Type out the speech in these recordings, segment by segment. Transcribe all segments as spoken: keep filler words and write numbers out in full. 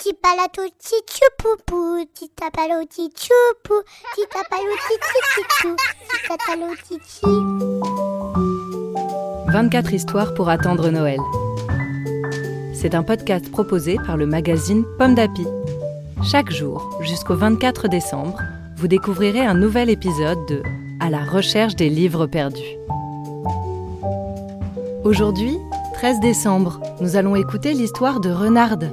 Titapalato titchoupou, titapalo titchoupou, titapalo titchichou, titapalo titchi. vingt-quatre histoires pour attendre Noël. C'est un podcast proposé par le magazine Pomme d'Api. Chaque jour, jusqu'au vingt-quatre décembre, vous découvrirez un nouvel épisode de À la recherche des livres perdus. Aujourd'hui, treize décembre, nous allons écouter l'histoire de Renarde.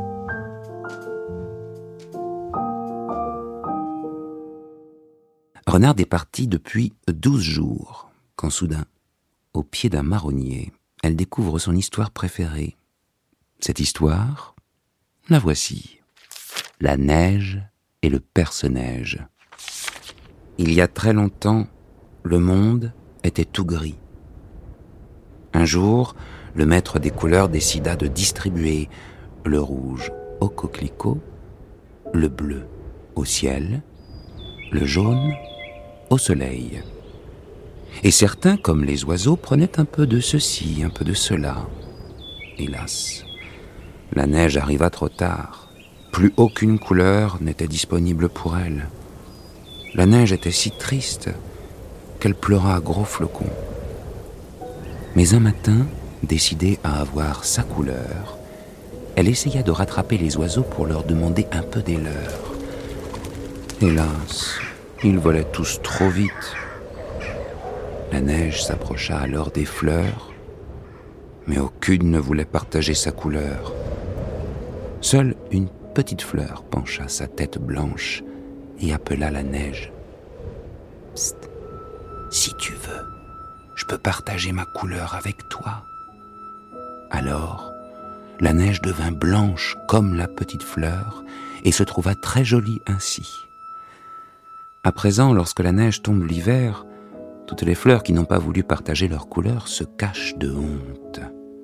Renarde est partie depuis douze jours, quand soudain, au pied d'un marronnier, elle découvre son histoire préférée. Cette histoire, la voici. La neige et le perce-neige. Il y a très longtemps, le monde était tout gris. Un jour, le maître des couleurs décida de distribuer le rouge au coquelicot, le bleu au ciel, le jaune au soleil. Et certains, comme les oiseaux, prenaient un peu de ceci, un peu de cela. Hélas, la neige arriva trop tard. Plus aucune couleur n'était disponible pour elle. La neige était si triste qu'elle pleura à gros flocons. Mais un matin, décidée à avoir sa couleur, elle essaya de rattraper les oiseaux pour leur demander un peu des leurs. Hélas, ils volaient tous trop vite. La neige s'approcha alors des fleurs, mais aucune ne voulait partager sa couleur. Seule une petite fleur pencha sa tête blanche et appela la neige. « Psst, si tu veux, je peux partager ma couleur avec toi. » Alors, la neige devint blanche comme la petite fleur et se trouva très jolie ainsi. À présent, lorsque la neige tombe l'hiver, toutes les fleurs qui n'ont pas voulu partager leur couleur se cachent de honte.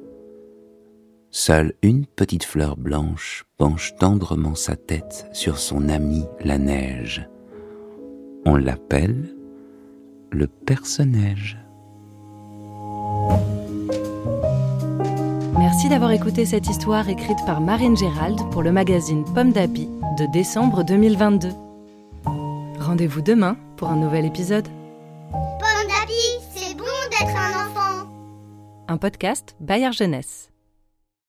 Seule une petite fleur blanche penche tendrement sa tête sur son amie la neige. On l'appelle le perce-neige. Merci d'avoir écouté cette histoire écrite par Marine Gérald pour le magazine Pomme d'Api de décembre deux mille vingt-deux. Rendez-vous demain pour un nouvel épisode. Pomme d'Api, c'est bon d'être un enfant. Un podcast Bayard Jeunesse.